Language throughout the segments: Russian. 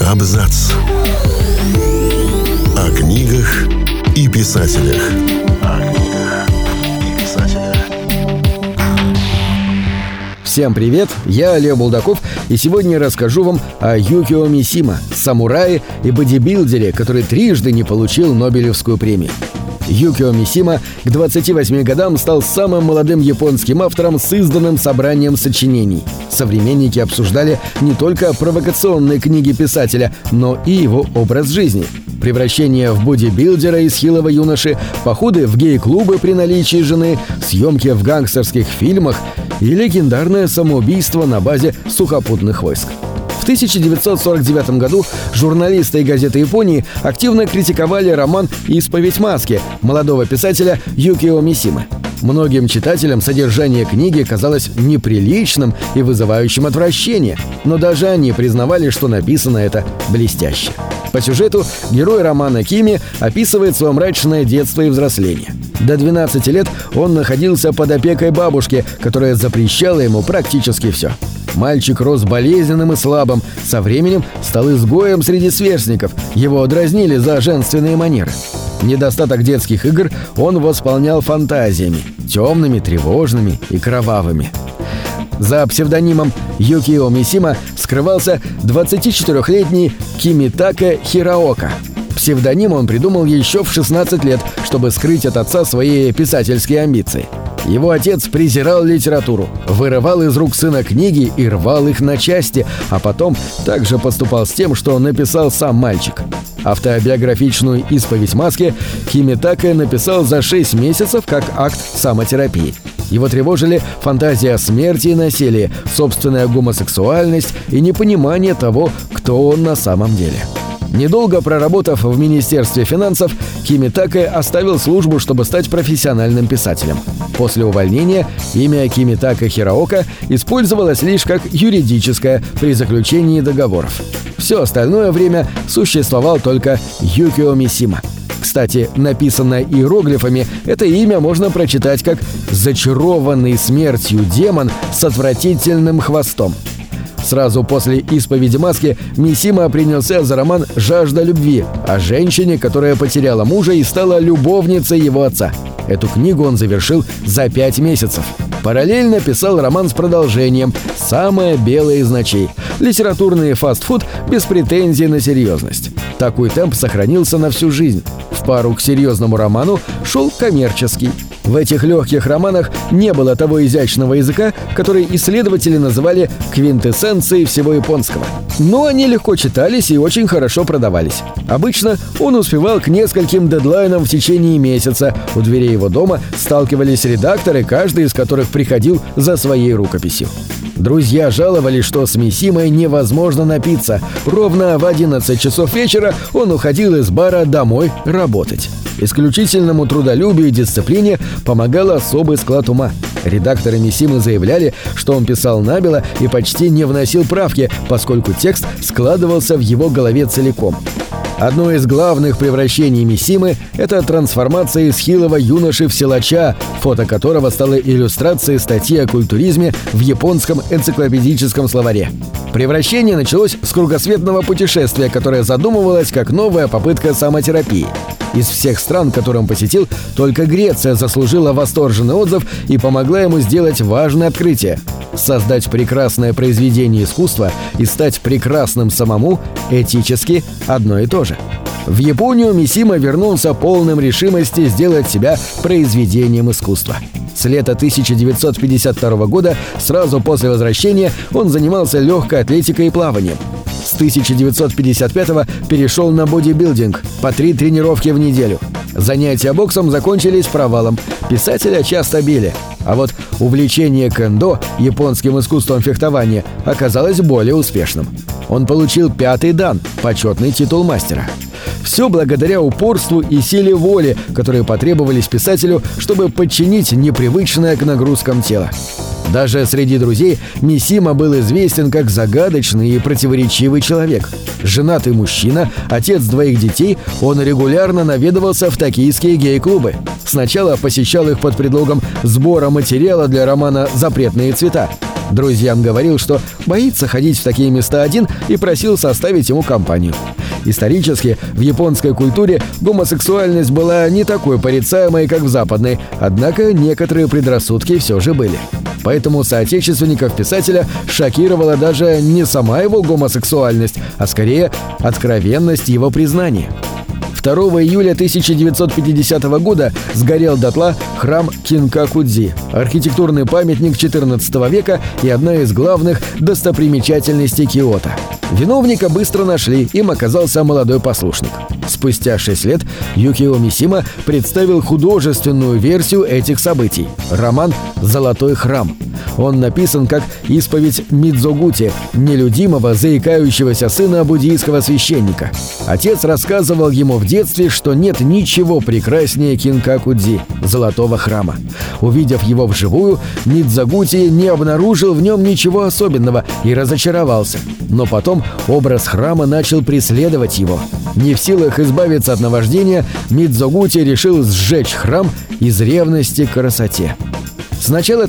Абзац. О книгах и писателях. Всем привет, я Олег Булдаков, и сегодня я расскажу вам о Юкио Мисима, самурае и бодибилдере, который трижды не получил Нобелевскую премию. Юкио Мисима к 28 годам стал самым молодым японским автором с изданным собранием сочинений. Современники обсуждали не только провокационные книги писателя, но и его образ жизни. Превращение в бодибилдера из хилого юноши, походы в гей-клубы при наличии жены, съемки в гангстерских фильмах и легендарное самоубийство на базе сухопутных войск. В 1949 году журналисты и газеты Японии активно критиковали роман «Исповедь маски» молодого писателя Юкио Мисимы. Многим читателям содержание книги казалось неприличным и вызывающим отвращение, но даже они признавали, что написано это блестяще. По сюжету герой романа Кими описывает свое мрачное детство и взросление. До 12 лет он находился под опекой бабушки, которая запрещала ему практически все. Мальчик рос болезненным и слабым, со временем стал изгоем среди сверстников, его дразнили за женственные манеры. Недостаток детских игр он восполнял фантазиями, темными, тревожными и кровавыми. За псевдонимом Юкио Мисима скрывался 24-летний Кимитаке Хираока. Псевдоним он придумал еще в 16 лет, чтобы скрыть от отца свои писательские амбиции. Его отец презирал литературу, вырывал из рук сына книги и рвал их на части, а потом также поступал с тем, что написал сам мальчик. Автобиографичную «Исповедь маски» Кимитаке написал за 6 месяцев как акт самотерапии. Его тревожили фантазия о смерти и насилии, собственная гомосексуальность и непонимание того, кто он на самом деле. Недолго проработав в Министерстве финансов, Кимитаке оставил службу, чтобы стать профессиональным писателем. После увольнения имя Кимитаке Хираока использовалось лишь как юридическое при заключении договоров. Все остальное время существовал только Юкио Мисима. Кстати, написанное иероглифами, это имя можно прочитать как «зачарованный смертью демон с отвратительным хвостом». Сразу после «Исповеди маски» Мисима принялся за роман «Жажда любви» о женщине, которая потеряла мужа и стала любовницей его отца. Эту книгу он завершил за 5 месяцев. Параллельно писал роман с продолжением «Самое белое из ночей» — литературный фастфуд без претензий на серьезность. Такой темп сохранился на всю жизнь. В пару к серьезному роману шел коммерческий. В этих легких романах не было того изящного языка, который исследователи называли квинтэссенцией всего японского. Но они легко читались и очень хорошо продавались. Обычно он успевал к нескольким дедлайнам в течение месяца. У дверей его дома сталкивались редакторы, каждый из которых приходил за своей рукописью. Друзья жаловались, что с Мисимой невозможно напиться. Ровно в 11 часов вечера он уходил из бара домой работать. Исключительному трудолюбию и дисциплине помогал особый склад ума. Редакторы Мисимы заявляли, что он писал набело и почти не вносил правки, поскольку текст складывался в его голове целиком. Одно из главных превращений Мисимы – это трансформация из хилого юноши в силача, фото которого стало иллюстрацией статьи о культуризме в японском энциклопедическом словаре. Превращение началось с кругосветного путешествия, которое задумывалось как новая попытка самотерапии. Из всех стран, которые он посетил, только Греция заслужила восторженный отзыв и помогла ему сделать важное открытие. Создать прекрасное произведение искусства и стать прекрасным самому этически одно и то же. В Японию Мисима вернулся полным решимости сделать себя произведением искусства. С лета 1952 года, сразу после возвращения, он занимался легкой атлетикой и плаванием. С 1955-го перешел на бодибилдинг, по 3 тренировки в неделю. Занятия боксом закончились провалом, писателя часто били. А вот увлечение кэндо, японским искусством фехтования, оказалось более успешным. Он получил 5-й дан, почетный титул мастера. Все благодаря упорству и силе воли, которые потребовались писателю, чтобы подчинить непривычное к нагрузкам тело. Даже среди друзей Мисима был известен как загадочный и противоречивый человек. Женатый мужчина, отец 2 детей, он регулярно наведывался в токийские гей-клубы. Сначала посещал их под предлогом сбора материала для романа «Запретные цвета». Друзьям говорил, что боится ходить в такие места один, и просил составить ему компанию. Исторически в японской культуре гомосексуальность была не такой порицаемой, как в западной, однако некоторые предрассудки все же были. Поэтому соотечественников писателя шокировала даже не сама его гомосексуальность, а скорее откровенность его признания. 2 июля 1950 года сгорел дотла храм Кинкакудзи, архитектурный памятник XIV века и одна из главных достопримечательностей Киото. Виновника быстро нашли, им оказался молодой послушник. Спустя 6 лет Юкио Мисима представил художественную версию этих событий – роман «Золотой храм». Он написан как исповедь Мидзогути, нелюдимого, заикающегося сына буддийского священника. Отец рассказывал ему в детстве, что нет ничего прекраснее Кинкакудзи – золотого храма. Увидев его вживую, Мидзогути не обнаружил в нем ничего особенного и разочаровался. Но потом образ храма начал преследовать его. Не в силах избавиться от наваждения, Мидзогути решил сжечь храм из ревности к красоте. С начала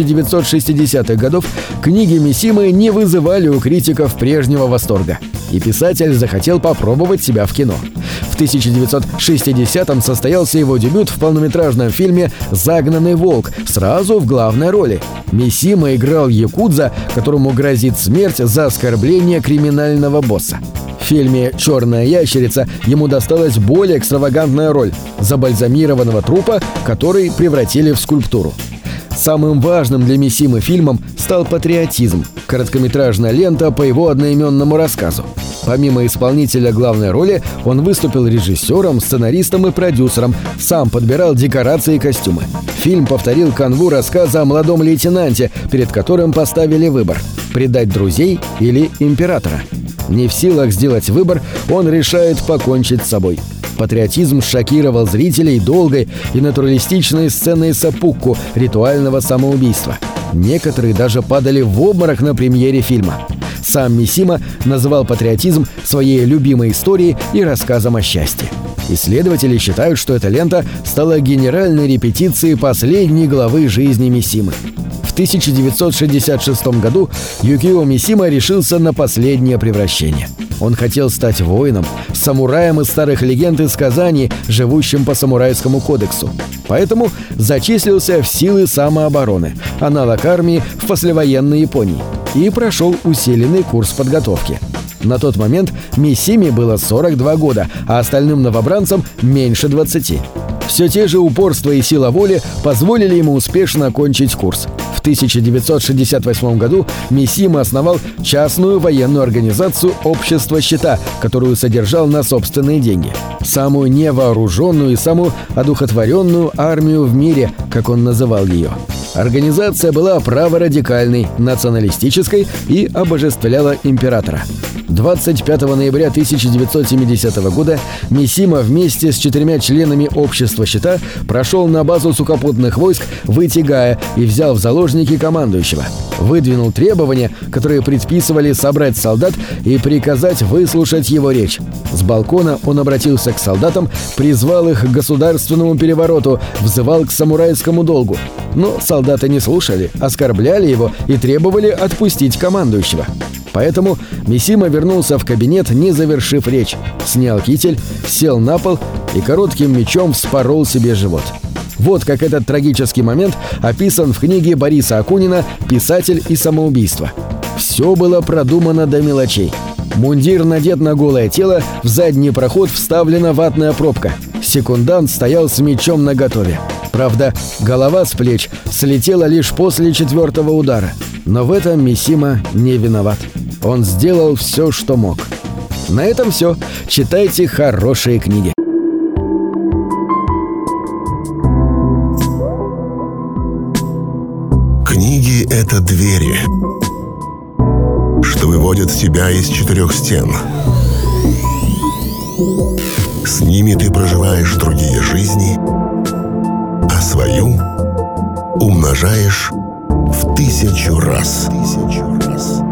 1960-х годов книги Мисимы не вызывали у критиков прежнего восторга, и писатель захотел попробовать себя в кино. В 1960-м состоялся его дебют в полнометражном фильме «Загнанный волк», сразу в главной роли. Мисима играл якудза, которому грозит смерть за оскорбление криминального босса. В фильме «Черная ящерица» ему досталась более экстравагантная роль – забальзамированного трупа, который превратили в скульптуру. Самым важным для Мисимы фильмом стал «Патриотизм» – короткометражная лента по его одноименному рассказу. Помимо исполнителя главной роли, он выступил режиссером, сценаристом и продюсером, сам подбирал декорации и костюмы. Фильм повторил канву рассказа о молодом лейтенанте, перед которым поставили выбор – предать друзей или императора. Не в силах сделать выбор, он решает покончить с собой. «Патриотизм» шокировал зрителей долгой и натуралистичной сценой саппуку ритуального самоубийства. Некоторые даже падали в обморок на премьере фильма. Сам Мисима называл «Патриотизм» своей любимой историей и рассказом о счастье. Исследователи считают, что эта лента стала генеральной репетицией последней главы жизни Мисимы. В 1966 году Юкио Мисима решился на последнее превращение. Он хотел стать воином, самураем из старых легенд и сказаний, живущим по самурайскому кодексу. Поэтому зачислился в силы самообороны, аналог армии в послевоенной Японии, и прошел усиленный курс подготовки. На тот момент Мисиме было 42 года, а остальным новобранцам меньше 20. Все те же упорство и сила воли позволили ему успешно окончить курс. В 1968 году Мисима основал частную военную организацию «Общество щита», которую содержал на собственные деньги. Самую невооруженную и самую одухотворенную армию в мире, как он называл ее. Организация была праворадикальной, националистической и обожествляла императора. 25 ноября 1970 года Мисима вместе с 4 членами «Общества щита» прошел на базу сухопутных войск в Итигае и взял в заложники командующего. Выдвинул требования, которые предписывали собрать солдат и приказать выслушать его речь. С балкона он обратился к солдатам, призвал их к государственному перевороту, взывал к самурайскому долгу. Но солдаты не слушали, оскорбляли его и требовали отпустить командующего. Поэтому Мисима вернулся в кабинет, не завершив речь, снял китель, сел на пол и коротким мечом вспорол себе живот. Вот как этот трагический момент описан в книге Бориса Акунина «Писатель и самоубийство». Все было продумано до мелочей. Мундир надет на голое тело, в задний проход вставлена ватная пробка. Секундант стоял с мечом наготове. Правда, голова с плеч слетела лишь после 4-го удара. Но в этом Мисима не виноват. Он сделал все, что мог. На этом все. Читайте хорошие книги. Книги — это двери, что выводят тебя из 4 стен. С ними ты проживаешь другие жизни, а свою умножаешь в 1000 раз.